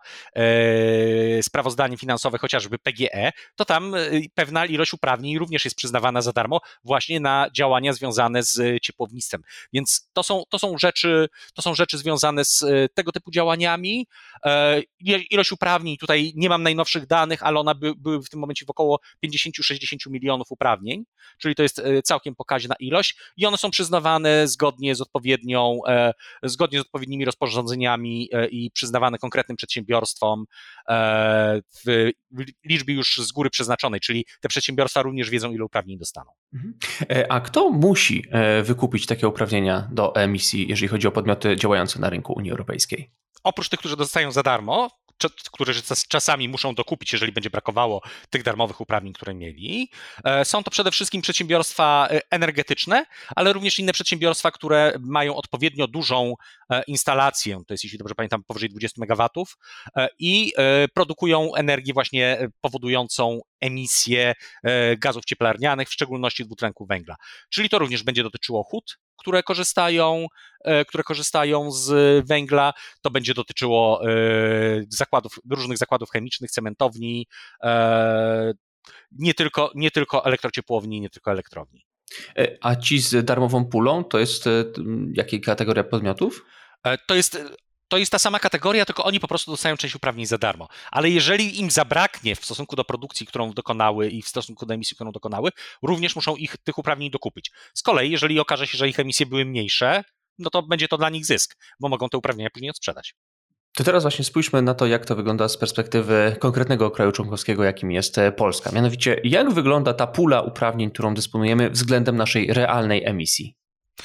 e, sprawozdanie finansowe chociażby P G E, to tam pewna ilość uprawnień również jest przyznawana za darmo właśnie na działania związane z ciepłownictwem. Więc to są, to są, rzeczy, to są rzeczy związane z tego typu działaniami. E, ilość uprawnień, tutaj nie mam najnowszych danych, ale one by, były w tym momencie w około pięćdziesiąt do sześćdziesięciu milionów uprawnień, czyli to jest całkiem pokaźna ilość i one są przyznawane zgodnie z odpowiednią, e, zgodnie z odpowiednimi rozporządzeniami e, i przyznawane konkretnym przedsiębiorstwom e, w liczbie już z góry przeznaczonej, czyli te przedsiębiorstwa również wiedzą, ile uprawnień dostaną. A kto musi wykupić takie uprawnienia do emisji, jeżeli chodzi o podmioty działające na rynku Unii Europejskiej? Oprócz tych, którzy dostają za darmo, którzy czasami muszą dokupić, jeżeli będzie brakowało tych darmowych uprawnień, które mieli. Są to przede wszystkim przedsiębiorstwa energetyczne, ale również inne przedsiębiorstwa, które mają odpowiednio dużą instalację, to jest, jeśli dobrze pamiętam, powyżej dwadzieścia megawatów i produkują energię właśnie powodującą emisję gazów cieplarnianych, w szczególności dwutlenku węgla. Czyli to również będzie dotyczyło hut, które korzystają, które korzystają z węgla, to będzie dotyczyło zakładów, różnych zakładów chemicznych, cementowni, nie tylko, nie tylko elektrociepłowni, nie tylko elektrowni. A ci z darmową pulą to jest jaka kategoria podmiotów? To jest To jest ta sama kategoria, tylko oni po prostu dostają część uprawnień za darmo. Ale jeżeli im zabraknie w stosunku do produkcji, którą dokonały i w stosunku do emisji, którą dokonały, również muszą ich tych uprawnień dokupić. Z kolei, jeżeli okaże się, że ich emisje były mniejsze, no to będzie to dla nich zysk, bo mogą te uprawnienia później odsprzedać. To teraz właśnie spójrzmy na to, jak to wygląda z perspektywy konkretnego kraju członkowskiego, jakim jest Polska. Mianowicie, jak wygląda ta pula uprawnień, którą dysponujemy względem naszej realnej emisji?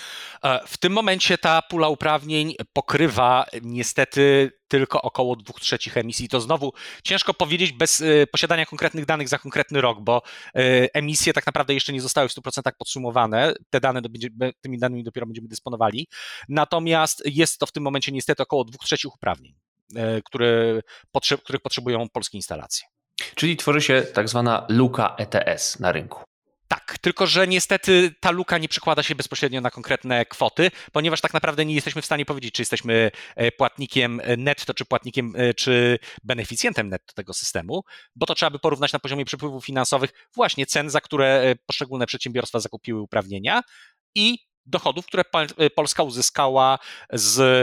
W tym momencie ta pula uprawnień pokrywa niestety tylko około dwóch trzecich emisji. To znowu ciężko powiedzieć bez posiadania konkretnych danych za konkretny rok, bo emisje tak naprawdę jeszcze nie zostały w stu procentach podsumowane. Te dane, tymi danymi dopiero będziemy dysponowali. Natomiast jest to w tym momencie niestety około dwóch trzecich uprawnień, które, których potrzebują polskie instalacje. Czyli tworzy się tak zwana luka E T S na rynku. Tak, tylko że niestety ta luka nie przekłada się bezpośrednio na konkretne kwoty, ponieważ tak naprawdę nie jesteśmy w stanie powiedzieć, czy jesteśmy płatnikiem netto, czy płatnikiem, czy beneficjentem netto tego systemu, bo to trzeba by porównać na poziomie przepływów finansowych właśnie cen, za które poszczególne przedsiębiorstwa zakupiły uprawnienia i dochodów, które Polska uzyskała z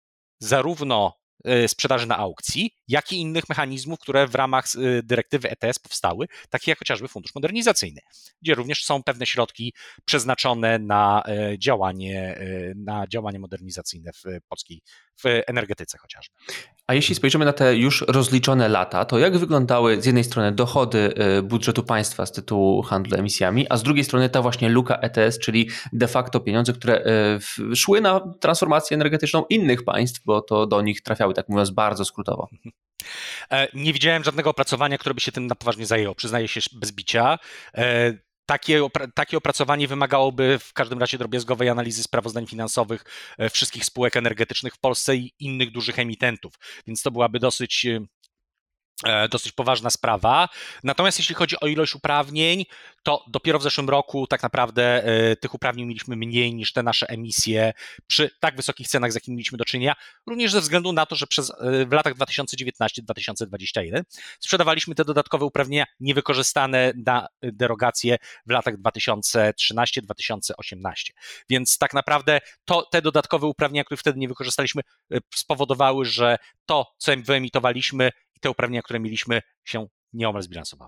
zarówno sprzedaży na aukcji, jak i innych mechanizmów, które w ramach dyrektywy E T S powstały, takie jak chociażby Fundusz Modernizacyjny, gdzie również są pewne środki przeznaczone na działanie, na działanie modernizacyjne w polskiej, w energetyce chociażby. A jeśli spojrzymy na te już rozliczone lata, to jak wyglądały z jednej strony dochody budżetu państwa z tytułu handlu emisjami, a z drugiej strony ta właśnie luka E T S, czyli de facto pieniądze, które szły na transformację energetyczną innych państw, bo to do nich trafiały, tak mówiąc bardzo skrótowo. Nie widziałem żadnego opracowania, które by się tym na poważnie zajęło, przyznaję się bez bicia. Takie, takie opracowanie wymagałoby w każdym razie drobiazgowej analizy sprawozdań finansowych wszystkich spółek energetycznych w Polsce i innych dużych emitentów, więc to byłaby dosyć dosyć poważna sprawa. Natomiast jeśli chodzi o ilość uprawnień, to dopiero w zeszłym roku tak naprawdę y, tych uprawnień mieliśmy mniej niż te nasze emisje przy tak wysokich cenach, z jakimi mieliśmy do czynienia, również ze względu na to, że przez, y, w latach dwa tysiące dziewiętnasty do dwa tysiące dwudziestego pierwszego sprzedawaliśmy te dodatkowe uprawnienia niewykorzystane na derogacje w latach dwa tysiące trzynastym do dwa tysiące osiemnastego. Więc tak naprawdę to, te dodatkowe uprawnienia, które wtedy nie wykorzystaliśmy, y, spowodowały, że to, co wyemitowaliśmy, i te uprawnienia, które mieliśmy, się nieomal zbilansowały.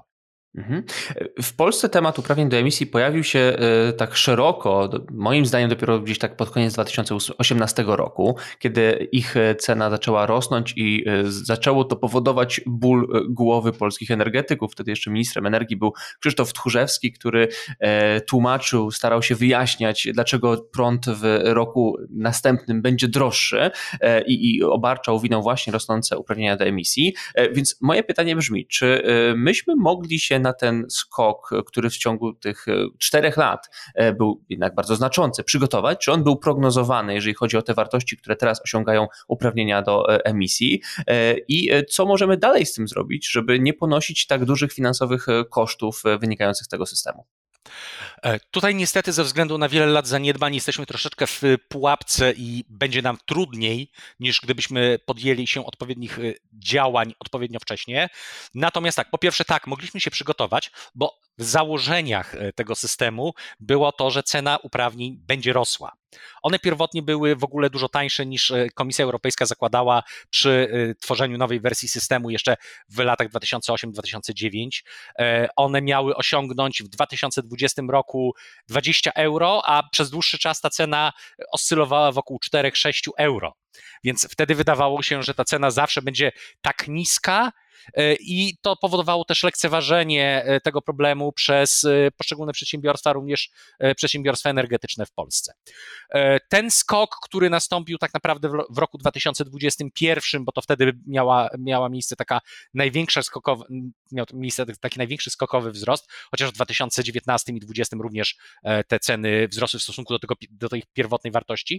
W Polsce temat uprawnień do emisji pojawił się tak szeroko, moim zdaniem dopiero gdzieś tak pod koniec dwa tysiące osiemnastego roku, kiedy ich cena zaczęła rosnąć i zaczęło to powodować ból głowy polskich energetyków. Wtedy jeszcze ministrem energii był Krzysztof Tchórzewski, który tłumaczył, starał się wyjaśniać, dlaczego prąd w roku następnym będzie droższy i, i obarczał winą właśnie rosnące uprawnienia do emisji. Więc moje pytanie brzmi, czy myśmy mogli się na ten skok, który w ciągu tych czterech lat był jednak bardzo znaczący, przygotować? Czy on był prognozowany, jeżeli chodzi o te wartości, które teraz osiągają uprawnienia do emisji? I co możemy dalej z tym zrobić, żeby nie ponosić tak dużych finansowych kosztów wynikających z tego systemu? Tutaj niestety ze względu na wiele lat zaniedbań jesteśmy troszeczkę w pułapce i będzie nam trudniej, niż gdybyśmy podjęli się odpowiednich działań odpowiednio wcześnie. Natomiast tak, po pierwsze tak, mogliśmy się przygotować, bo w założeniach tego systemu było to, że cena uprawnień będzie rosła. One pierwotnie były w ogóle dużo tańsze niż Komisja Europejska zakładała przy tworzeniu nowej wersji systemu jeszcze w latach dwa tysiące ósmym do dwa tysiące dziewiątego. One miały osiągnąć w dwa tysiące dwudziestym roku dwadzieścia euro, a przez dłuższy czas ta cena oscylowała wokół cztery do sześciu euro. Więc wtedy wydawało się, że ta cena zawsze będzie tak niska, i to powodowało też lekceważenie tego problemu przez poszczególne przedsiębiorstwa, również przedsiębiorstwa energetyczne w Polsce. Ten skok, który nastąpił tak naprawdę w roku dwa tysiące dwudziestym pierwszym, bo to wtedy miała, miała miejsce taka największa skokowa, miał miejsce taki największy skokowy wzrost, chociaż w dwa tysiące dziewiętnastym i dwa tysiące dwudziestym również te ceny wzrosły w stosunku do, tego, do tej pierwotnej wartości.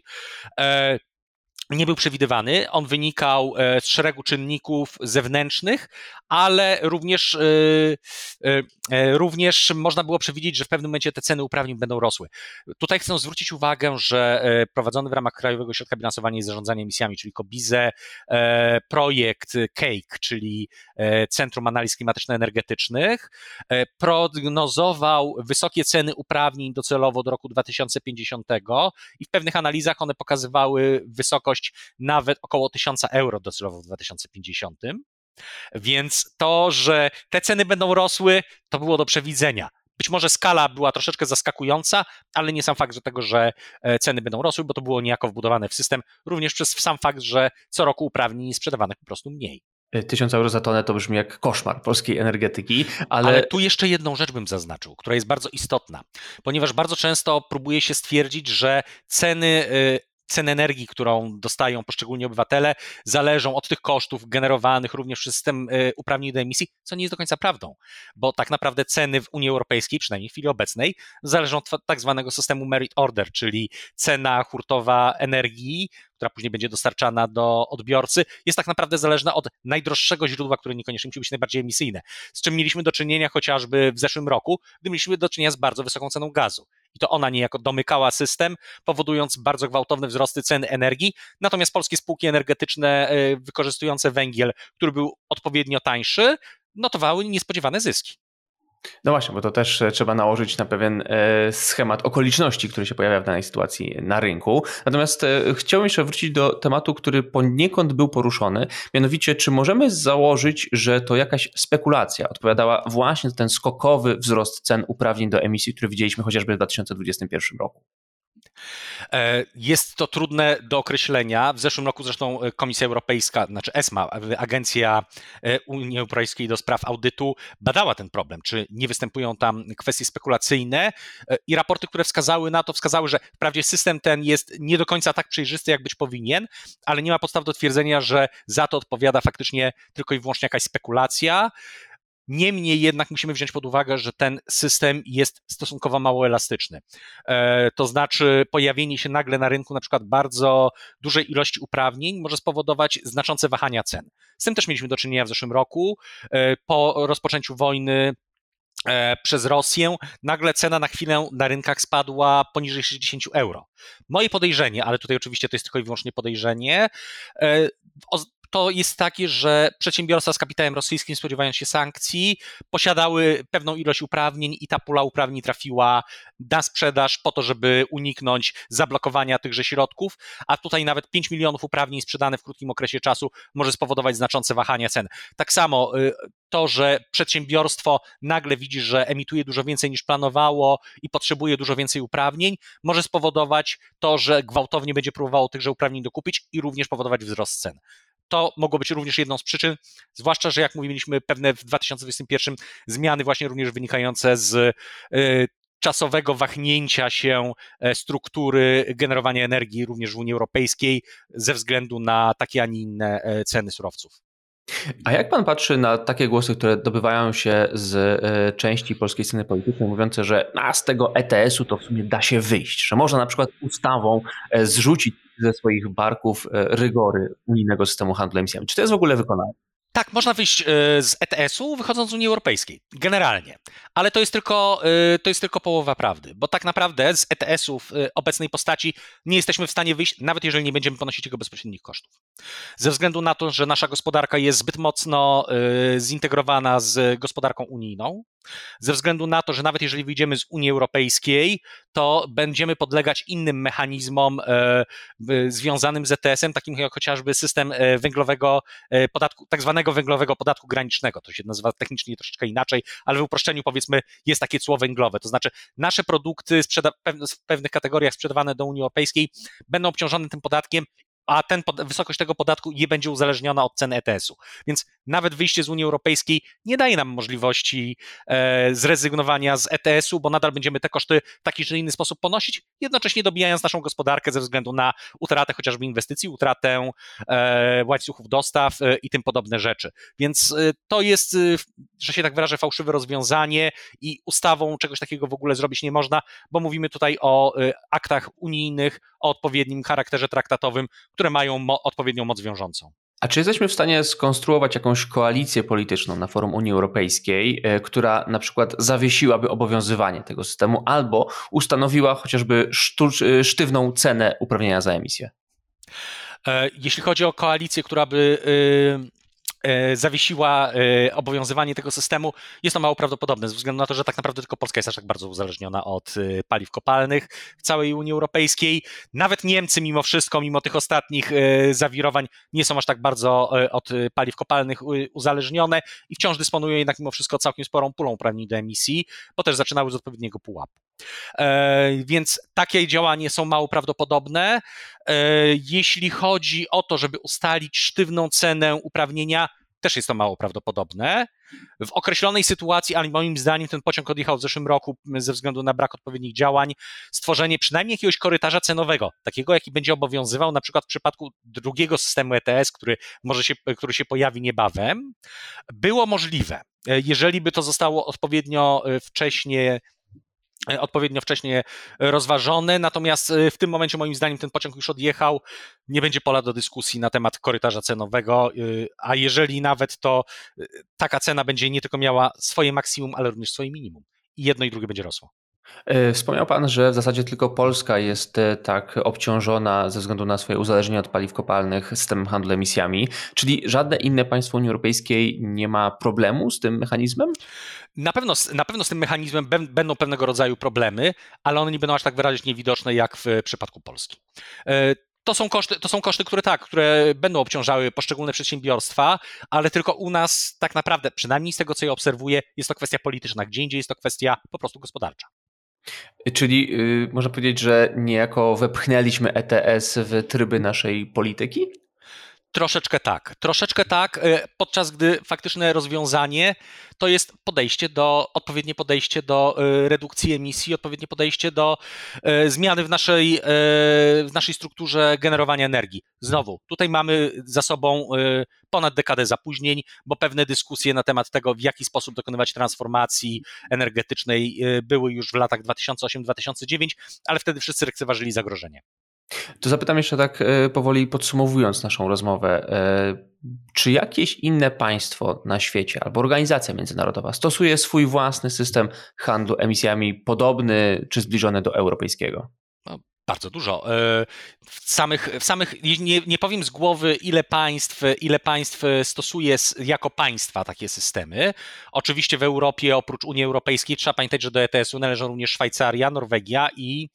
Nie był przewidywany, on wynikał z szeregu czynników zewnętrznych, ale również, również można było przewidzieć, że w pewnym momencie te ceny uprawnień będą rosły. Tutaj chcę zwrócić uwagę, że prowadzony w ramach Krajowego Ośrodka Bilansowania i Zarządzania Emisjami, czyli KOBiZE, projekt CAKE, czyli Centrum Analiz Klimatyczno-Energetycznych, prognozował wysokie ceny uprawnień docelowo do roku dwa tysiące pięćdziesiątego i w pewnych analizach one pokazywały wysokość nawet około tysiąc euro docelowo w dwa tysiące pięćdziesiątym, więc to, że te ceny będą rosły, to było do przewidzenia. Być może skala była troszeczkę zaskakująca, ale nie sam fakt, że tego, że ceny będą rosły, bo to było niejako wbudowane w system, również przez sam fakt, że co roku uprawnień jest sprzedawanych po prostu mniej. Tysiąc euro za tonę to brzmi jak koszmar polskiej energetyki, ale... ale tu jeszcze jedną rzecz bym zaznaczył, która jest bardzo istotna, ponieważ bardzo często próbuje się stwierdzić, że ceny cen energii, którą dostają poszczególni obywatele, zależą od tych kosztów generowanych również przez system uprawnień do emisji, co nie jest do końca prawdą, bo tak naprawdę ceny w Unii Europejskiej, przynajmniej w chwili obecnej, zależą od tak zwanego systemu merit order, czyli cena hurtowa energii, która później będzie dostarczana do odbiorcy, jest tak naprawdę zależna od najdroższego źródła, które niekoniecznie musi być najbardziej emisyjne, z czym mieliśmy do czynienia chociażby w zeszłym roku, gdy mieliśmy do czynienia z bardzo wysoką ceną gazu. I to ona niejako domykała system, powodując bardzo gwałtowne wzrosty ceny energii, natomiast polskie spółki energetyczne wykorzystujące węgiel, który był odpowiednio tańszy, notowały niespodziewane zyski. No właśnie, bo to też trzeba nałożyć na pewien schemat okoliczności, który się pojawia w danej sytuacji na rynku. Natomiast chciałbym jeszcze wrócić do tematu, który poniekąd był poruszony, mianowicie czy możemy założyć, że to jakaś spekulacja odpowiadała właśnie za ten skokowy wzrost cen uprawnień do emisji, który widzieliśmy chociażby w dwa tysiące dwudziestym pierwszym roku? Jest to trudne do określenia. W zeszłym roku zresztą Komisja Europejska, znaczy ESMA, Agencja Unii Europejskiej do spraw audytu, badała ten problem, czy nie występują tam kwestie spekulacyjne i raporty, które wskazały na to, wskazały, że wprawdzie system ten jest nie do końca tak przejrzysty, jak być powinien, ale nie ma podstaw do twierdzenia, że za to odpowiada faktycznie tylko i wyłącznie jakaś spekulacja. Niemniej jednak musimy wziąć pod uwagę, że ten system jest stosunkowo mało elastyczny. To znaczy pojawienie się nagle na rynku na przykład bardzo dużej ilości uprawnień może spowodować znaczące wahania cen. Z tym też mieliśmy do czynienia w zeszłym roku. Po rozpoczęciu wojny przez Rosję, nagle cena na chwilę na rynkach spadła poniżej sześćdziesiąt euro. Moje podejrzenie, ale tutaj oczywiście to jest tylko i wyłącznie podejrzenie, to jest takie, że przedsiębiorstwa z kapitałem rosyjskim, spodziewając się sankcji, posiadały pewną ilość uprawnień i ta pula uprawnień trafiła na sprzedaż po to, żeby uniknąć zablokowania tychże środków, a tutaj nawet pięć milionów uprawnień sprzedane w krótkim okresie czasu może spowodować znaczące wahania cen. Tak samo to, że przedsiębiorstwo nagle widzi, że emituje dużo więcej niż planowało i potrzebuje dużo więcej uprawnień, może spowodować to, że gwałtownie będzie próbowało tychże uprawnień dokupić i również powodować wzrost cen. To mogło być również jedną z przyczyn, zwłaszcza, że jak mówiliśmy, pewne w dwa tysiące dwudziestym pierwszym zmiany właśnie również wynikające z y, czasowego wahnięcia się struktury generowania energii również w Unii Europejskiej ze względu na takie, a nie inne ceny surowców. A jak pan patrzy na takie głosy, które dobywają się z części polskiej sceny politycznej, mówiące, że a z tego E T S-u to w sumie da się wyjść, że można na przykład ustawą zrzucić ze swoich barków rygory unijnego systemu handlu emisjami. Czy to jest w ogóle wykonalne? Tak, można wyjść z E T S-u wychodząc z Unii Europejskiej, generalnie, ale to jest tylko, to jest tylko połowa prawdy, bo tak naprawdę z E T S-u w obecnej postaci nie jesteśmy w stanie wyjść, nawet jeżeli nie będziemy ponosić jego bezpośrednich kosztów. Ze względu na to, że nasza gospodarka jest zbyt mocno zintegrowana z gospodarką unijną, ze względu na to, że nawet jeżeli wyjdziemy z Unii Europejskiej, to będziemy podlegać innym mechanizmom e, związanym z E T S-em, takim jak chociażby system węglowego podatku, tak zwanego węglowego podatku granicznego. To się nazywa technicznie troszeczkę inaczej, ale w uproszczeniu powiedzmy jest takie cło węglowe. To znaczy nasze produkty sprzeda- w pewnych kategoriach sprzedawane do Unii Europejskiej będą obciążone tym podatkiem, a ten, wysokość tego podatku nie będzie uzależniona od ceny E T S-u. Więc nawet wyjście z Unii Europejskiej nie daje nam możliwości e, zrezygnowania z E T S-u, bo nadal będziemy te koszty w taki czy inny sposób ponosić, jednocześnie dobijając naszą gospodarkę ze względu na utratę chociażby inwestycji, utratę e, łańcuchów dostaw e, i tym podobne rzeczy. Więc e, to jest, e, że się tak wyrażę, fałszywe rozwiązanie i ustawą czegoś takiego w ogóle zrobić nie można, bo mówimy tutaj o e, aktach unijnych, o odpowiednim charakterze traktatowym, które mają mo- odpowiednią moc wiążącą. A czy jesteśmy w stanie skonstruować jakąś koalicję polityczną na forum Unii Europejskiej, która na przykład zawiesiłaby obowiązywanie tego systemu albo ustanowiła chociażby sztuc- sztywną cenę uprawnienia za emisję? Jeśli chodzi o koalicję, która by zawiesiła obowiązywanie tego systemu, jest to mało prawdopodobne, ze względu na to, że tak naprawdę tylko Polska jest aż tak bardzo uzależniona od paliw kopalnych w całej Unii Europejskiej. Nawet Niemcy mimo wszystko, mimo tych ostatnich zawirowań, nie są aż tak bardzo od paliw kopalnych uzależnione i wciąż dysponują jednak mimo wszystko całkiem sporą pulą uprawnień do emisji, bo też zaczynały z odpowiedniego pułapu. Więc takie działania są mało prawdopodobne. Jeśli chodzi o to, żeby ustalić sztywną cenę uprawnienia, też jest to mało prawdopodobne. W określonej sytuacji, ale moim zdaniem ten pociąg odjechał w zeszłym roku ze względu na brak odpowiednich działań, stworzenie przynajmniej jakiegoś korytarza cenowego, takiego jaki będzie obowiązywał na przykład w przypadku drugiego systemu E T S, który, może się, który się pojawi niebawem, było możliwe. Jeżeli by to zostało odpowiednio wcześnie odpowiednio wcześnie rozważone, natomiast w tym momencie moim zdaniem ten pociąg już odjechał, nie będzie pola do dyskusji na temat korytarza cenowego, a jeżeli nawet, to taka cena będzie nie tylko miała swoje maksimum, ale również swoje minimum i jedno i drugie będzie rosło. Wspomniał pan, że w zasadzie tylko Polska jest tak obciążona ze względu na swoje uzależnienie od paliw kopalnych systemem handlu emisjami, czyli żadne inne państwo Unii Europejskiej nie ma problemu z tym mechanizmem? Na pewno, na pewno z tym mechanizmem będą pewnego rodzaju problemy, ale one nie będą aż tak wyraźnie widoczne jak w przypadku Polski. To są koszty, to są koszty, które tak, które będą obciążały poszczególne przedsiębiorstwa, ale tylko u nas tak naprawdę, przynajmniej z tego, co ja obserwuję, jest to kwestia polityczna, gdzie indziej jest to kwestia po prostu gospodarcza. Czyli yy, można powiedzieć, że niejako wepchnęliśmy E T S w tryby naszej polityki? Troszeczkę tak, troszeczkę tak, podczas gdy faktyczne rozwiązanie to jest podejście do, odpowiednie podejście do redukcji emisji, odpowiednie podejście do zmiany w naszej, w naszej strukturze generowania energii. Znowu, tutaj mamy za sobą ponad dekadę zapóźnień, bo pewne dyskusje na temat tego, w jaki sposób dokonywać transformacji energetycznej były już w latach dwa tysiące ósmym do dwa tysiące dziewiątego, ale wtedy wszyscy lekceważyli zagrożenie. To zapytam jeszcze tak powoli podsumowując naszą rozmowę. Czy jakieś inne państwo na świecie albo organizacja międzynarodowa stosuje swój własny system handlu emisjami podobny czy zbliżony do europejskiego? No, bardzo dużo. W samych, w samych nie, nie powiem z głowy, ile państw, ile państw stosuje jako państwa takie systemy. Oczywiście w Europie oprócz Unii Europejskiej trzeba pamiętać, że do E T S u należą również Szwajcaria, Norwegia i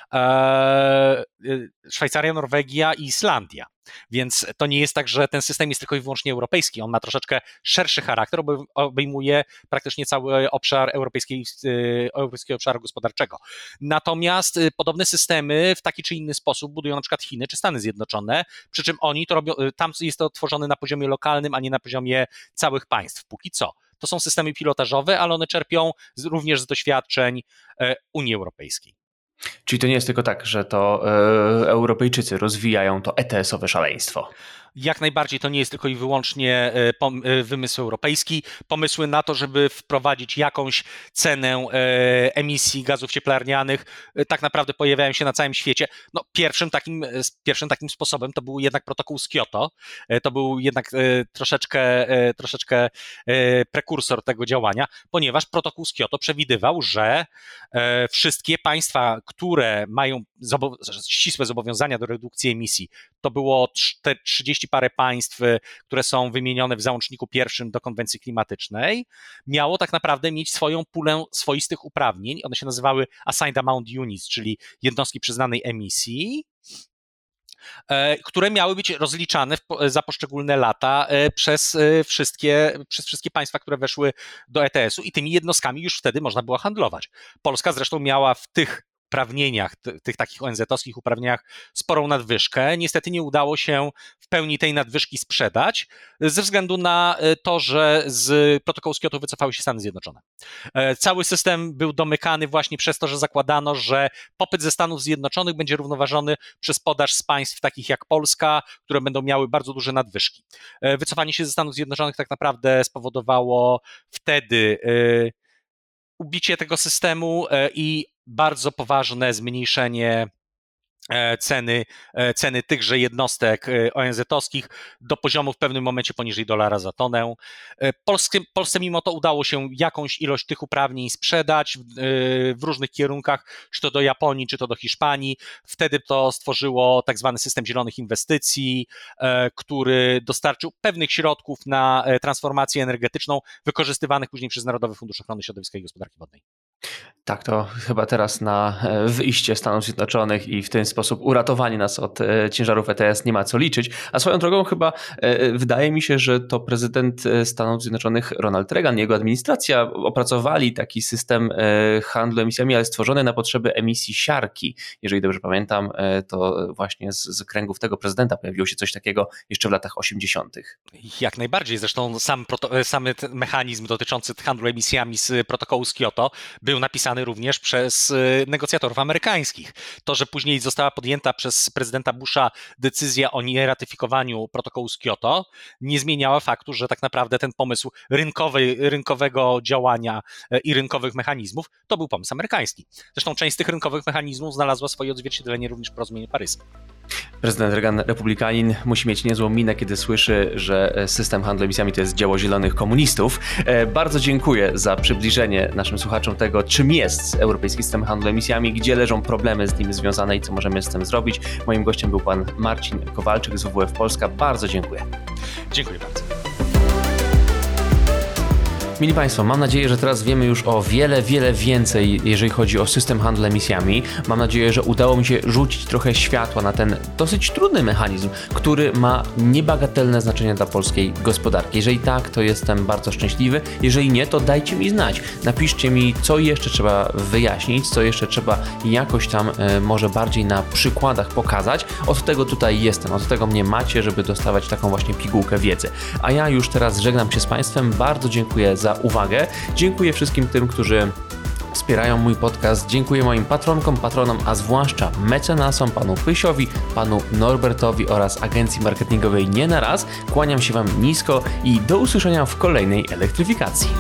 e, Szwajcaria, Norwegia i Islandia. Więc to nie jest tak, że ten system jest tylko i wyłącznie europejski. On ma troszeczkę szerszy charakter, obejmuje praktycznie cały obszar europejskiej, europejskiego obszaru gospodarczego. Natomiast podobne systemy w taki czy inny sposób budują na przykład Chiny czy Stany Zjednoczone, przy czym oni to robią, tam jest to tworzone na poziomie lokalnym, a nie na poziomie całych państw. Póki co. To są systemy pilotażowe, ale one czerpią z, również z doświadczeń Unii Europejskiej. Czyli to nie jest tylko tak, że to e, Europejczycy rozwijają to E T S owe szaleństwo. Jak najbardziej to nie jest tylko i wyłącznie wymysł europejski. Pomysły na to, żeby wprowadzić jakąś cenę emisji gazów cieplarnianych, tak naprawdę pojawiają się na całym świecie. No, pierwszym takim, pierwszym takim sposobem to był jednak protokół z Kioto. To był jednak troszeczkę, troszeczkę prekursor tego działania, ponieważ protokół z Kioto przewidywał, że wszystkie państwa, które mają zobo- ścisłe zobowiązania do redukcji emisji, to było te trzydzieści parę państw, które są wymienione w załączniku pierwszym do konwencji klimatycznej, miało tak naprawdę mieć swoją pulę swoistych uprawnień. One się nazywały Assigned Amount Units, czyli jednostki przyznanej emisji, które miały być rozliczane za poszczególne lata przez wszystkie, przez wszystkie państwa, które weszły do E T S u i tymi jednostkami już wtedy można było handlować. Polska zresztą miała w tych uprawnieniach, tych takich O N Z-owskich uprawnieniach sporą nadwyżkę. Niestety nie udało się w pełni tej nadwyżki sprzedać ze względu na to, że z protokołu z Kioto wycofały się Stany Zjednoczone. Cały system był domykany właśnie przez to, że zakładano, że popyt ze Stanów Zjednoczonych będzie równoważony przez podaż z państw takich jak Polska, które będą miały bardzo duże nadwyżki. Wycofanie się ze Stanów Zjednoczonych tak naprawdę spowodowało wtedy ubicie tego systemu i bardzo poważne zmniejszenie ceny, ceny tychże jednostek O N Z-owskich do poziomu w pewnym momencie poniżej dolara za tonę. Polsce, Polsce mimo to udało się jakąś ilość tych uprawnień sprzedać w, w różnych kierunkach, czy to do Japonii, czy to do Hiszpanii. Wtedy to stworzyło tak zwany system zielonych inwestycji, który dostarczył pewnych środków na transformację energetyczną, wykorzystywanych później przez Narodowy Fundusz Ochrony Środowiska i Gospodarki Wodnej. Tak, to chyba teraz na wyjście Stanów Zjednoczonych i w ten sposób uratowanie nas od ciężarów E T S nie ma co liczyć. A swoją drogą chyba wydaje mi się, że to prezydent Stanów Zjednoczonych Ronald Reagan i jego administracja opracowali taki system handlu emisjami, ale stworzony na potrzeby emisji siarki. Jeżeli dobrze pamiętam, to właśnie z, z kręgów tego prezydenta pojawiło się coś takiego jeszcze w latach osiemdziesiątych. Jak najbardziej. Zresztą sam, sam mechanizm dotyczący handlu emisjami z protokołu z Kioto był napisany również przez negocjatorów amerykańskich. To, że później została podjęta przez prezydenta Busha decyzja o nieratyfikowaniu protokołu z Kioto, nie zmieniała faktu, że tak naprawdę ten pomysł rynkowej, rynkowego działania i rynkowych mechanizmów to był pomysł amerykański. Zresztą część z tych rynkowych mechanizmów znalazła swoje odzwierciedlenie również w porozumieniu paryskim. Prezydent Reagan, republikanin, musi mieć niezłą minę, kiedy słyszy, że system handlu emisjami to jest dzieło zielonych komunistów. Bardzo dziękuję za przybliżenie naszym słuchaczom tego, czym jest europejski system handlu emisjami, gdzie leżą problemy z nim związane i co możemy z tym zrobić. Moim gościem był pan Marcin Kowalczyk z W W F Polska. Bardzo dziękuję. Dziękuję bardzo. Mili Państwo, mam nadzieję, że teraz wiemy już o wiele, wiele więcej, jeżeli chodzi o system handlu emisjami. Mam nadzieję, że udało mi się rzucić trochę światła na ten dosyć trudny mechanizm, który ma niebagatelne znaczenie dla polskiej gospodarki. Jeżeli tak, to jestem bardzo szczęśliwy. Jeżeli nie, to dajcie mi znać. Napiszcie mi, co jeszcze trzeba wyjaśnić, co jeszcze trzeba jakoś tam e, może bardziej na przykładach pokazać. Od tego tutaj jestem, od tego mnie macie, żeby dostawać taką właśnie pigułkę wiedzy. A ja już teraz żegnam się z Państwem. Bardzo dziękuję za uwagę. Dziękuję wszystkim tym, którzy wspierają mój podcast. Dziękuję moim patronkom, patronom, a zwłaszcza mecenasom, panu Pysiowi, panu Norbertowi oraz agencji marketingowej Nie na raz. Kłaniam się Wam nisko i do usłyszenia w kolejnej elektryfikacji.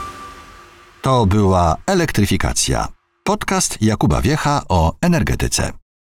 To była Elektryfikacja. Podcast Jakuba Wiecha o energetyce.